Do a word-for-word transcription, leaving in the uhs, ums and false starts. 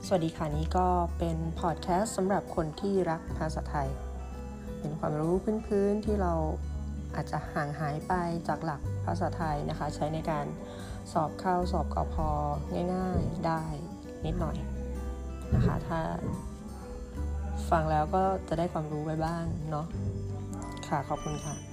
สวัสดีค่ะนี่ก็เป็นพอดแคสต์สำหรับคนที่รักภาษาไทยเป็นความรู้พื้นๆที่เราอาจจะห่างหายไปจากหลักภาษาไทยนะคะใช้ในการสอบเข้าสอบกพง่ายๆได้นิดหน่อยนะคะถ้าฟังแล้วก็จะได้ความรู้ไปบ้างเนาะค่ะขอบคุณค่ะ